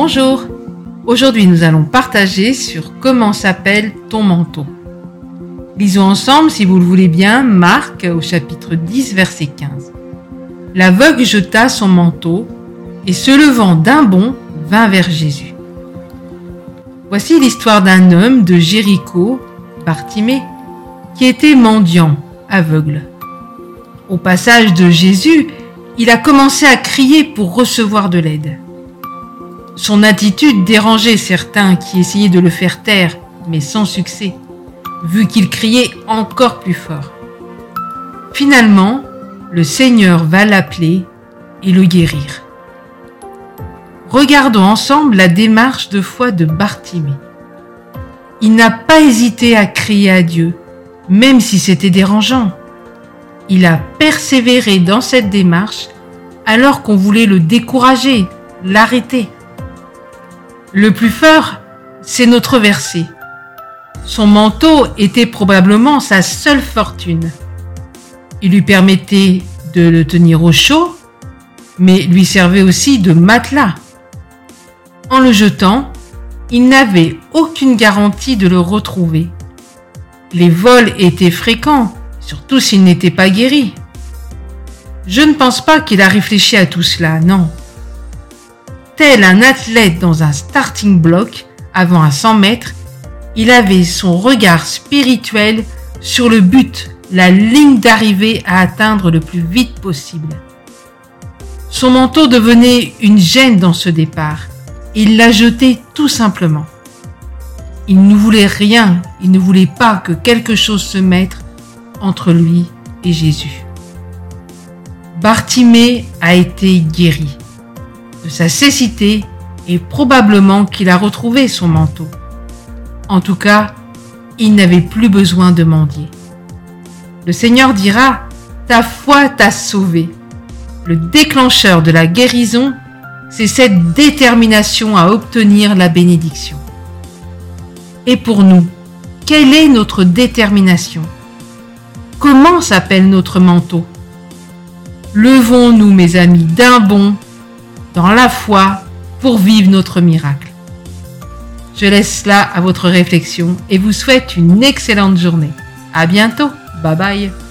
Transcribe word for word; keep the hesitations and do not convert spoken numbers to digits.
Bonjour, aujourd'hui nous allons partager sur comment s'appelle ton manteau. Lisons ensemble, si vous le voulez bien, Marc au chapitre dix, verset quinze. L'aveugle jeta son manteau et se levant d'un bond, vint vers Jésus. Voici l'histoire d'un homme de Jéricho, Bartimée, qui était mendiant, aveugle. Au passage de Jésus, il a commencé à crier pour recevoir de l'aide. Son attitude dérangeait certains qui essayaient de le faire taire, mais sans succès, vu qu'il criait encore plus fort. Finalement, le Seigneur va l'appeler et le guérir. Regardons ensemble la démarche de foi de Bartimée. Il n'a pas hésité à crier à Dieu, même si c'était dérangeant. Il a persévéré dans cette démarche alors qu'on voulait le décourager, l'arrêter. Le plus fort, c'est notre verset. Son manteau était probablement sa seule fortune. Il lui permettait de le tenir au chaud, mais lui servait aussi de matelas. En le jetant, il n'avait aucune garantie de le retrouver. Les vols étaient fréquents, surtout s'il n'était pas guéri. Je ne pense pas qu'il a réfléchi à tout cela, non. Tel un athlète dans un starting block, avant un cent mètres, il avait son regard spirituel sur le but, la ligne d'arrivée à atteindre le plus vite possible. Son manteau devenait une gêne dans ce départ. Il l'a jeté tout simplement. Il ne voulait rien, il ne voulait pas que quelque chose se mette entre lui et Jésus. Bartimée a été guéri de sa cécité et probablement qu'il a retrouvé son manteau. En tout cas, il n'avait plus besoin de mendier. Le Seigneur dira « Ta foi t'a sauvé ». Le déclencheur de la guérison, c'est cette détermination à obtenir la bénédiction. Et pour nous, quelle est notre détermination? Comment s'appelle notre manteau? Levons-nous, mes amis, d'un bond, dans la foi, pour vivre notre miracle. Je laisse cela à votre réflexion et vous souhaite une excellente journée. À bientôt. Bye bye.